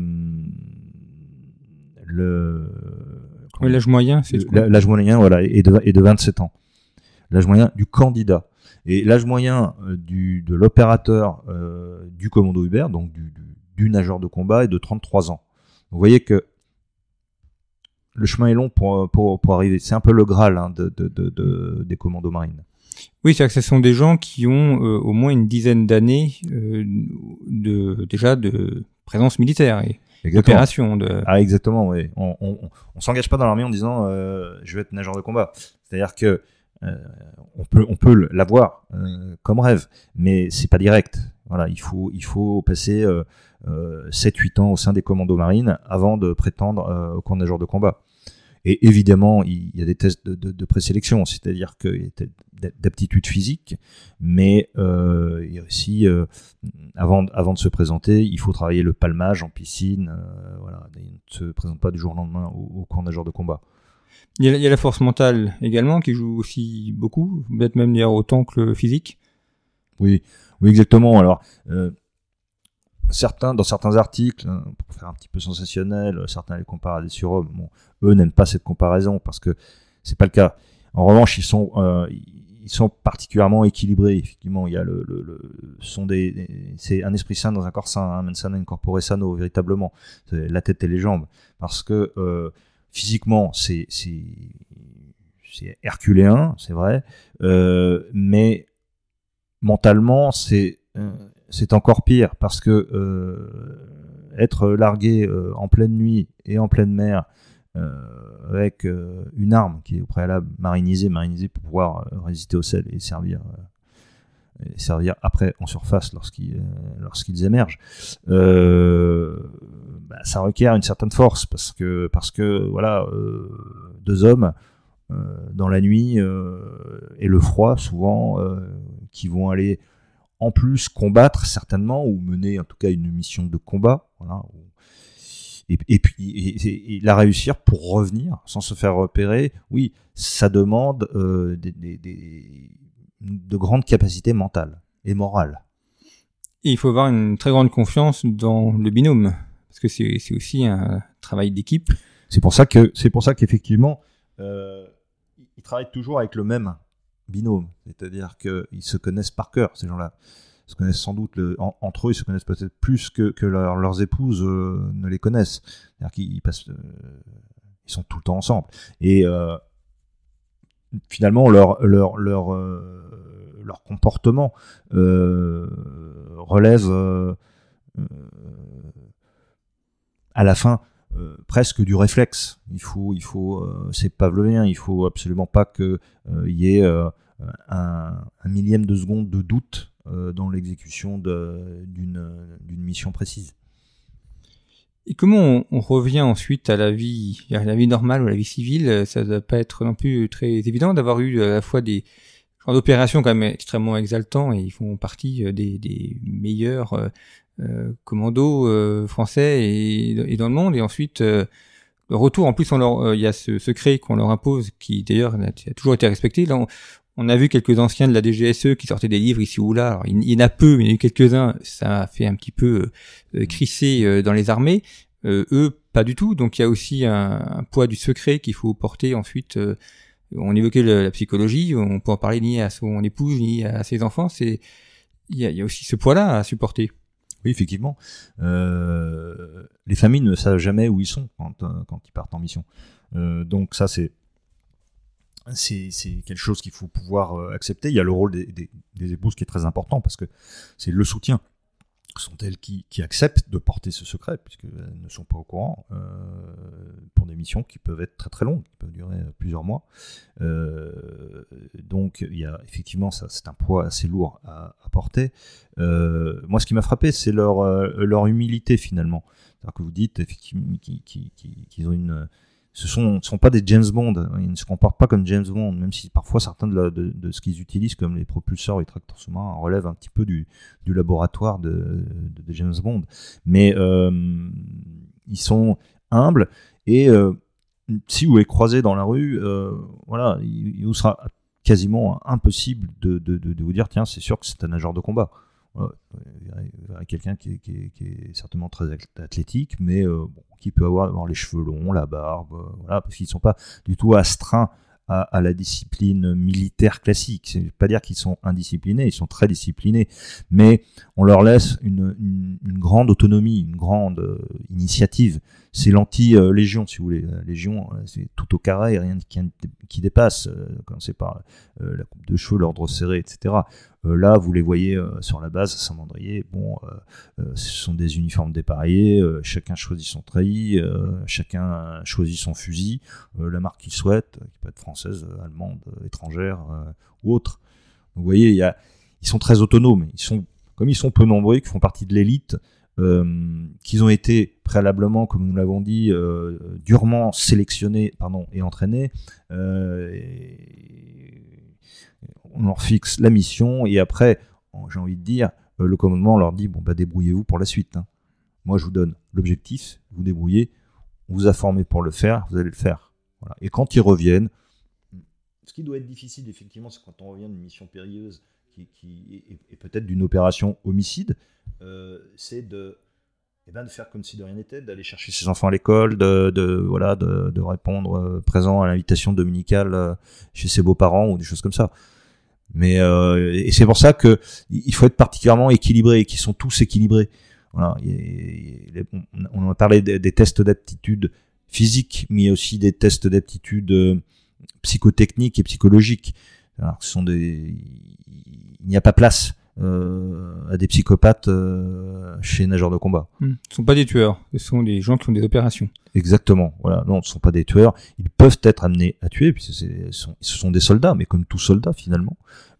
le, oui, l'âge moyen, c'est le, l'âge moyen, voilà, est de, est de vingt-sept ans. L'âge moyen du candidat. Et l'âge moyen euh, du, de l'opérateur euh, du commando Hubert, donc du, du, du nageur de combat, est de trente-trois ans. Vous voyez que le chemin est long pour, pour, pour arriver. C'est un peu le Graal hein, de, de, de, de, des commandos marines. Oui, c'est-à-dire que ce sont des gens qui ont euh, au moins une dizaine d'années euh, de déjà de présence militaire et d'opération. De... Ah, exactement, oui. On, on, on s'engage pas dans l'armée en disant euh, je vais être nageur de combat. C'est-à-dire que euh, on peut on peut l'avoir euh, comme rêve, mais c'est pas direct. Voilà, il faut il faut passer euh, euh, sept huit ans au sein des commandos marines avant de prétendre euh, au camp de nageur de combat. Et évidemment, il y a des tests de, de, de présélection, c'est-à-dire qu'il y a d'aptitude physique, mais euh, il y a aussi, euh, avant, avant de se présenter, il faut travailler le palmage en piscine. Euh, voilà, il ne se présente pas du jour au lendemain au, au camp nageur de combat. Il y, a, il y a la force mentale également qui joue aussi beaucoup, peut-être même d'ailleurs autant que le physique. Oui, oui, exactement. Alors, euh, certains, dans certains articles, hein, pour faire un petit peu sensationnel, certains les comparent à des surhommes. Bon, eux n'aiment pas cette comparaison parce que c'est pas le cas. En revanche, ils sont, euh, ils sont particulièrement équilibrés. Effectivement, il y a le, le, le sont des, des, c'est un esprit sain dans un corps sain, hein, mens sana in corpore sano, véritablement. C'est la tête et les jambes, parce que euh, physiquement, c'est, c'est, c'est herculéen, c'est vrai, euh, mais mentalement, c'est euh, c'est encore pire parce que euh, être largué euh, en pleine nuit et en pleine mer euh, avec euh, une arme qui est au préalable marinisée, marinisée pour pouvoir euh, résister au sel et servir, euh, et servir après en surface lorsqu'ils, euh, lorsqu'ils émergent, euh, bah, ça requiert une certaine force parce que, parce que voilà, euh, deux hommes euh, dans la nuit euh, et le froid souvent euh, qui vont aller en plus combattre certainement ou mener en tout cas une mission de combat, voilà, et, et puis et, et, et la réussir pour revenir sans se faire repérer, oui, ça demande euh, des, des, des, de grandes capacités mentales et morales. Et il faut avoir une très grande confiance dans le binôme parce que c'est, c'est aussi un travail d'équipe. C'est pour ça que c'est pour ça qu'effectivement euh, ils travaillent toujours avec le même binôme, c'est-à-dire qu'ils se connaissent par cœur, ces gens-là. Ils se connaissent sans doute, le, en, entre eux, ils se connaissent peut-être plus que, que leur, leurs épouses euh, ne les connaissent. C'est-à-dire qu'ils passent, euh, ils sont tout le temps ensemble. Et euh, finalement, leur, leur, leur, euh, leur comportement euh, relève euh, euh, à la fin Euh, presque du réflexe. Il faut, il faut, euh, c'est pavlovien. Il faut absolument pas que euh, y ait euh, un, un millième de seconde de doute euh, dans l'exécution de, d'une, d'une mission précise. Et comment on, on revient ensuite à la vie, à la vie normale ou à la vie civile? Ça ne doit pas être non plus très évident d'avoir eu à la fois des genres d'opérations quand même extrêmement exaltants et ils font partie des, des meilleurs euh, Euh, commandos euh, français et, et dans le monde, et ensuite euh, le retour, en plus il euh, y a ce secret qu'on leur impose qui d'ailleurs a, a toujours été respecté. Là on, on a vu quelques anciens de la D G S E qui sortaient des livres ici ou là. Alors, il, il y en a peu, mais il y en a eu quelques-uns, ça a fait un petit peu euh, crisser euh, dans les armées. Euh, eux pas du tout, donc il y a aussi un, un poids du secret qu'il faut porter ensuite. Euh, on évoquait le, la psychologie, on peut en parler ni à son épouse ni à ses enfants, c'est il y a, il y a aussi ce poids-là à supporter. Oui, effectivement. Euh, les familles ne savent jamais où ils sont quand, quand ils partent en mission. Euh, donc ça, c'est, c'est, c'est quelque chose qu'il faut pouvoir accepter. Il y a le rôle des, des, des épouses qui est très important parce que c'est le soutien. Ce sont elles qui, qui acceptent de porter ce secret puisqu'elles ne sont pas au courant euh, pour des missions qui peuvent être très très longues, qui peuvent durer plusieurs mois. Euh, donc il y a effectivement ça, c'est un poids assez lourd à, à porter. Euh, moi, ce qui m'a frappé, c'est leur euh, leur humilité finalement. C'est-à-dire que vous dites effectivement qu'ils, qu'ils, qu'ils ont une Ce sont, ce sont pas des James Bond, ils ne se comportent pas comme James Bond, même si parfois certains de, la, de, de ce qu'ils utilisent, comme les propulseurs ou les tracteurs sous-marins, relèvent un petit peu du, du laboratoire de, de, de James Bond. Mais euh, ils sont humbles et euh, si vous les croisez dans la rue, euh, voilà, il, il vous sera quasiment impossible de, de, de, de vous dire tiens, c'est sûr que c'est un nageur de combat. Voilà, vous verrez, vous verrez quelqu'un qui est, qui, est, qui est certainement très athlétique, mais euh, bon, qui peut avoir, avoir les cheveux longs, la barbe, euh, voilà, parce qu'ils ne sont pas du tout astreints à, à la discipline militaire classique. C'est pas dire qu'ils sont indisciplinés, ils sont très disciplinés, mais on leur laisse une, une, une grande autonomie, une grande euh, initiative. c'est l'anti-Légion, si vous voulez. La Légion, c'est tout au carré, rien qui, qui dépasse. Quand c'est par euh, la coupe de cheveux, l'ordre serré, et cetera. Euh, là, vous les voyez euh, sur la base, Saint-Mandrier. Bon, euh, euh, ce sont des uniformes dépareillés. Euh, chacun choisit son treillis, euh, chacun choisit son fusil, euh, la marque qu'il souhaite, qui peut être française, allemande, étrangère euh, ou autre. Donc, vous voyez, il y a, ils sont très autonomes. Ils sont, comme ils sont peu nombreux, qui font partie de l'élite. Euh, qu'ils ont été préalablement, comme nous l'avons dit, euh, durement sélectionnés pardon, et entraînés. Euh, et on leur fixe la mission et après, j'ai envie de dire, euh, le commandement leur dit bon bah débrouillez-vous pour la suite. Hein. Moi, je vous donne l'objectif, vous débrouillez, on vous a formé pour le faire, vous allez le faire. Voilà. Et quand ils reviennent, ce qui doit être difficile effectivement, c'est quand on revient d'une mission périlleuse qui, qui est, est peut-être d'une opération homicide. Euh, c'est de, eh ben de faire comme si de rien n'était, d'aller chercher ses enfants à l'école, de, de, voilà, de, de répondre euh, présent à l'invitation dominicale euh, chez ses beaux-parents ou des choses comme ça. Mais euh, et c'est pour ça que il faut être particulièrement équilibré et qu'ils sont tous équilibrés. Voilà. Et, et, on a parlé des, des tests d'aptitude physique, mais aussi des tests d'aptitude euh, psychotechniques et psychologiques. Alors, ce sont des, il n'y a pas place. Euh, à des psychopathes euh, chez nageurs de combat. Mmh. Ce ne sont pas des tueurs, ce sont des gens qui ont des opérations. Exactement, voilà. Non, ce ne sont pas des tueurs. Ils peuvent être amenés à tuer, puisque c'est, sont, ce sont des soldats, mais comme tout soldat finalement.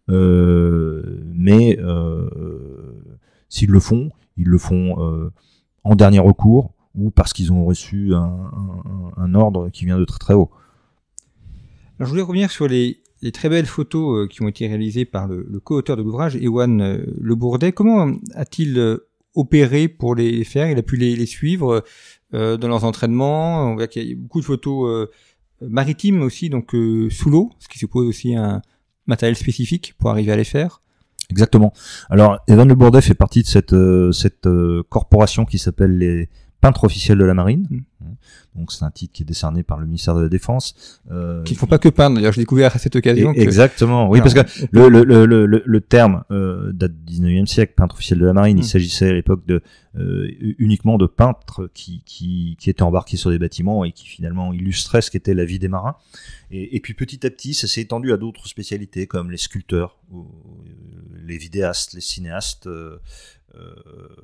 Euh, mais euh, s'ils le font, ils le font euh, en dernier recours ou parce qu'ils ont reçu un, un, un ordre qui vient de très très haut. Alors, je voulais revenir sur les les très belles photos euh, qui ont été réalisées par le, le co-auteur de l'ouvrage, Ewan euh, Le Bourdet. Comment a-t-il euh, opéré pour les, les faire ? Il a pu les, les suivre euh, dans leurs entraînements. On voit qu'il y a beaucoup de photos euh, maritimes aussi, donc euh, sous l'eau, ce qui suppose aussi un matériel spécifique pour arriver à les faire. Exactement. Alors, Ewan Le Bourdet fait partie de cette, euh, cette euh, corporation qui s'appelle les peintres officiels de la marine. Mmh. Donc c'est un titre qui est décerné par le ministère de la Défense. Euh, qui ne font pas que peindre, d'ailleurs, j'ai découvert à cette occasion. Et, que... Exactement, oui, alors, parce que le, le, le, le, le terme euh, date du dix-neuvième siècle, peintre officiel de la marine. Mmh. Il s'agissait à l'époque de euh, uniquement de peintres qui, qui, qui étaient embarqués sur des bâtiments et qui finalement illustraient ce qu'était la vie des marins. Et, et puis petit à petit, ça s'est étendu à d'autres spécialités comme les sculpteurs, ou, les vidéastes, les cinéastes. Euh, euh,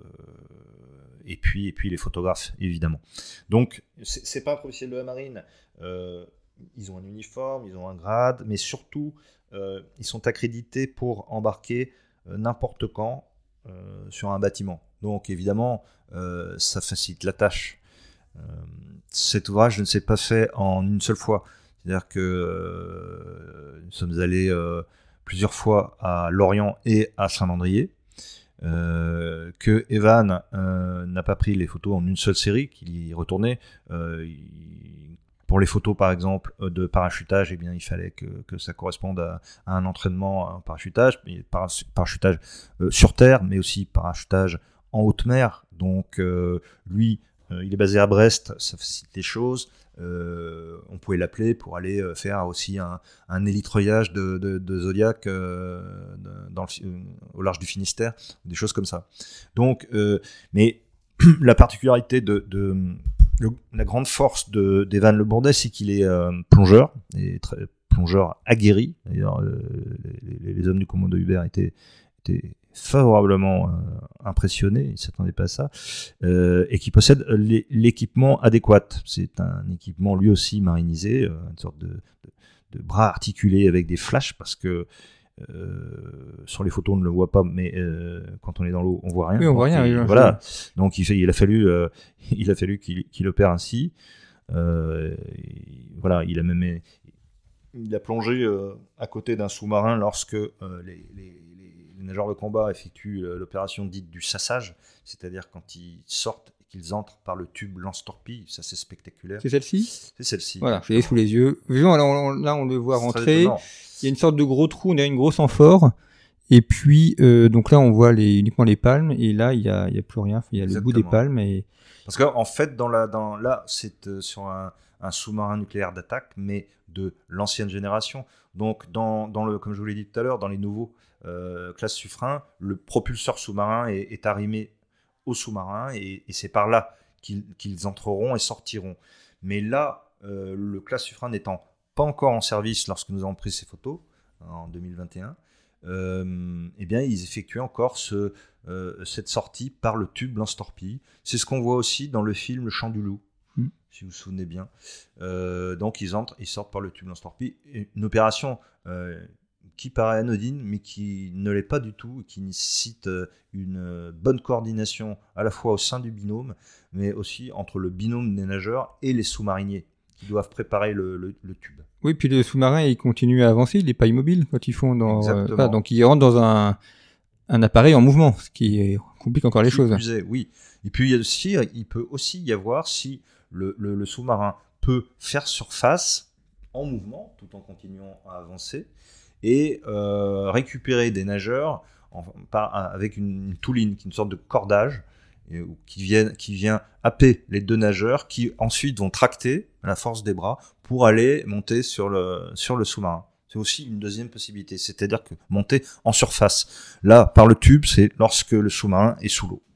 Et puis, et puis les photographes, évidemment. Donc, c'est, c'est pas un officiel de la marine. Euh, ils ont un uniforme, ils ont un grade, mais surtout, euh, ils sont accrédités pour embarquer euh, n'importe quand euh, sur un bâtiment. Donc, évidemment, euh, ça facilite la tâche. Euh, cet ouvrage ne s'est pas fait en une seule fois. C'est-à-dire que euh, nous sommes allés euh, plusieurs fois à Lorient et à Saint-Mandrier. Euh, que Evan euh, n'a pas pris les photos en une seule série, qu'il y retournait. Euh, il, pour les photos, par exemple, de parachutage, eh bien, il fallait que, que ça corresponde à, à un entraînement, à un parachutage, par, parachutage euh, sur terre, mais aussi parachutage en haute mer. Donc, euh, lui, euh, il est basé à Brest, ça facilite les choses. Euh, on pouvait l'appeler pour aller faire aussi un, un élitreuillage de, de, de Zodiac euh, dans le, euh, au large du Finistère, des choses comme ça. Donc, euh, mais la particularité de, de le, la grande force de d'Evan Le Bourdet, c'est qu'il est euh, plongeur, et très, plongeur aguerri. D'ailleurs, euh, les, les hommes du commando Hubert étaient, étaient favorablement euh, impressionné, il ne s'attendait pas à ça, euh, et qui possède l'équipement adéquat. C'est un équipement lui aussi marinisé, euh, une sorte de, de, de bras articulé avec des flashs, parce que euh, sur les photos on ne le voit pas, mais euh, quand on est dans l'eau on voit rien. Oui, on donc, voit rien. il, oui, voilà. Donc il, fait, il a fallu, euh, il a fallu qu'il, qu'il opère ainsi. Euh, voilà, il a même, il a plongé euh, à côté d'un sous-marin lorsque euh, les, les les nageurs de combat effectuent l'opération dite du sassage, c'est-à-dire quand ils sortent et qu'ils entrent par le tube lance-torpille, ça c'est spectaculaire. C'est celle-ci ? C'est celle-ci. Voilà, je l'ai sous les yeux. Alors, là, on le voit c'est rentrer. Il y a une sorte de gros trou, on dirait une grosse amphore. Et puis, euh, donc là, on voit les, uniquement les palmes, et là, il y a, il y a plus rien. Il y a Exactement. Le bout des palmes. Et... Parce qu'en fait, dans la, dans, là, c'est euh, sur un, un sous-marin nucléaire d'attaque, mais de l'ancienne génération. Donc, dans, dans le, comme je vous l'ai dit tout à l'heure, dans les nouveaux euh, classes Suffren, le propulseur sous-marin est, est arrimé au sous-marin, et, et c'est par là qu'ils, qu'ils entreront et sortiront. Mais là, euh, le classe Suffren n'étant pas encore en service lorsque nous avons pris ces photos, en deux mille vingt et un, euh, eh bien, ils effectuaient encore ce, euh, cette sortie par le tube lance-torpille. C'est ce qu'on voit aussi dans le film Le Chant du Loup, mmh. si vous vous souvenez bien. Euh, donc, ils entrent, ils sortent par le tube lance-torpille. Une opération euh, qui paraît anodine, mais qui ne l'est pas du tout, qui nécessite une bonne coordination à la fois au sein du binôme, mais aussi entre le binôme des nageurs et les sous-mariniers qui doivent préparer le, le, le tube. Oui, puis le sous-marin, il continue à avancer, il n'est pas immobile quand ils font dans... Euh, ah, donc il rentre dans un, un appareil en mouvement, ce qui complique encore les choses. Plus est, oui. Et puis il, y a aussi, il peut aussi y avoir, si le, le, le sous-marin peut faire surface en mouvement, tout en continuant à avancer, et euh, récupérer des nageurs en, par, avec une, une touline, une sorte de cordage, et, qui, viennent, qui vient happer les deux nageurs, qui ensuite vont tracter à la force des bras pour aller monter sur le, sur le sous-marin. C'est aussi une deuxième possibilité, c'est-à-dire que monter en surface. Là, par le tube, c'est lorsque le sous-marin est sous l'eau.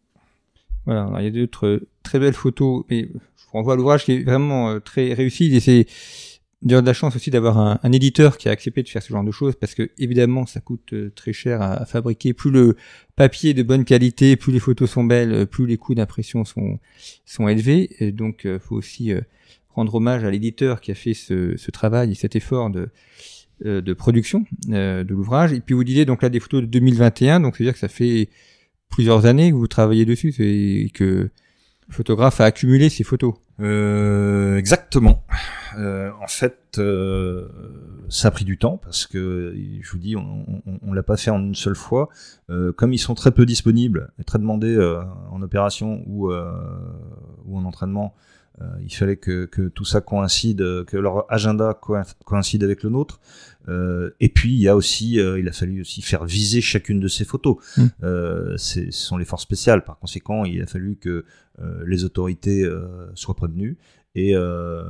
Voilà, alors il y a d'autres très belles photos, et je vous renvoie à l'ouvrage qui est vraiment très réussi, et c'est d'ailleurs de la chance aussi d'avoir un, un éditeur qui a accepté de faire ce genre de choses, parce que évidemment ça coûte très cher à, à fabriquer. Plus le papier est de bonne qualité, plus les photos sont belles, plus les coûts d'impression sont sont élevés. Et donc il euh, faut aussi euh, rendre hommage à l'éditeur qui a fait ce, ce travail et cet effort de euh, de production euh, de l'ouvrage. Et puis vous disiez donc là des photos de deux mille vingt et un, donc c'est-à-dire que ça fait plusieurs années que vous travaillez dessus et que le photographe a accumulé ces photos. Euh, exactement. Euh, en fait, euh, ça a pris du temps parce que, je vous dis, on, on, on l'a pas fait en une seule fois. Euh, comme ils sont très peu disponibles et très demandés euh, en opération ou, euh, ou en entraînement, euh, il fallait que, que tout ça coïncide, que leur agenda coïncide avec le nôtre. Euh, et puis il y a aussi, euh, il a fallu aussi faire viser chacune de ces photos. Mmh. Euh, c'est, ce sont les forces spéciales. Par conséquent, il a fallu que euh, les autorités euh, soient prévenues et, euh,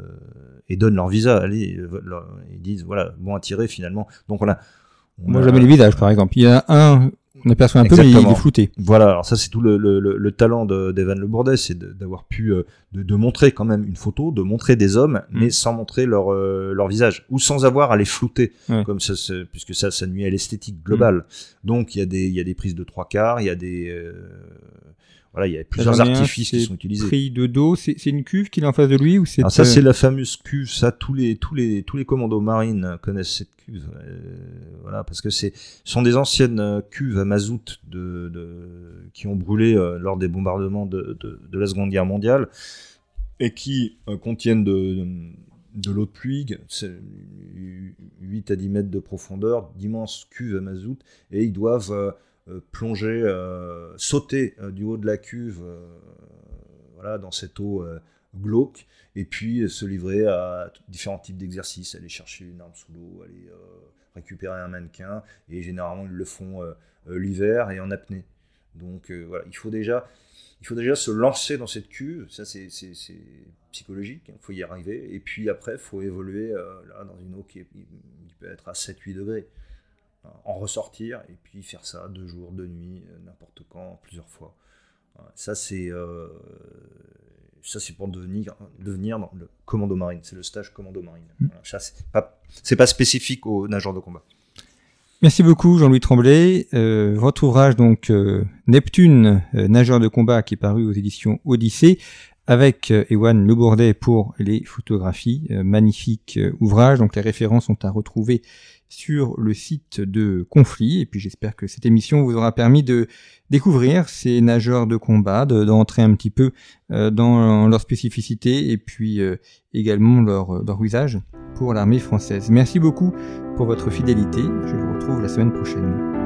et donnent leur visa. Allez, leur, ils disent voilà, bon à tirer finalement. Donc on a. On Moi, a, jamais les visages, par exemple. Il y en a un. On aperçoit un Exactement. peu, mais il est flouté. Voilà, alors ça c'est tout le, le, le, le talent de, d'Evan Le Bourdet, c'est de, d'avoir pu euh, de, de montrer quand même une photo, de montrer des hommes, mmh. mais sans montrer leur euh, leur visage ou sans avoir à les flouter, ouais. comme ça, c'est, puisque ça, ça nuit à l'esthétique globale. Mmh. Donc il y a des il y a des prises de trois quarts, il y a des euh, voilà, il y a plusieurs artifices qui sont utilisés. Pris de dos, c'est, c'est une cuve qu'il a en face de lui ou c'est Alors ça c'est la fameuse cuve, ça tous les tous les tous les commandos marines connaissent cette cuve. Euh, voilà, parce que c'est ce sont des anciennes cuves à mazout de, de qui ont brûlé euh, lors des bombardements de, de de la Seconde Guerre mondiale et qui euh, contiennent de, de de l'eau de pluie, c'est huit à dix mètres de profondeur, d'immenses cuves à mazout, et ils doivent euh, Euh, plonger, euh, sauter euh, du haut de la cuve, euh, voilà, dans cette eau euh, glauque, et puis euh, se livrer à différents types d'exercices, aller chercher une arme sous l'eau, aller euh, récupérer un mannequin, et généralement ils le font euh, euh, l'hiver et en apnée. Donc euh, voilà, il faut déjà, il faut déjà se lancer dans cette cuve, ça c'est, c'est, c'est psychologique, il hein, faut y arriver, et puis après il faut évoluer euh, là, dans une eau qui, est, qui peut être à sept à huit degrés. En ressortir et puis faire ça deux jours, deux nuits, n'importe quand, plusieurs fois. Ça c'est euh, ça c'est pour devenir devenir dans le commando marine. C'est le stage commando marine. Mmh. Ça c'est pas c'est pas spécifique aux nageurs de combat. Merci beaucoup Jean-Louis Tremblay. Euh, votre ouvrage donc euh, Neptune, euh, nageur de combat, qui est paru aux éditions Odyssée, avec euh, Ewan Le Bourdet pour les photographies. Euh, magnifique euh, ouvrage. Donc les références sont à retrouver sur le site de Conflit, et puis j'espère que cette émission vous aura permis de découvrir ces nageurs de combat, de, d'entrer un petit peu euh, dans leur spécificité et puis euh, également leur, leur usage pour l'armée française. Merci beaucoup pour votre fidélité, je vous retrouve la semaine prochaine.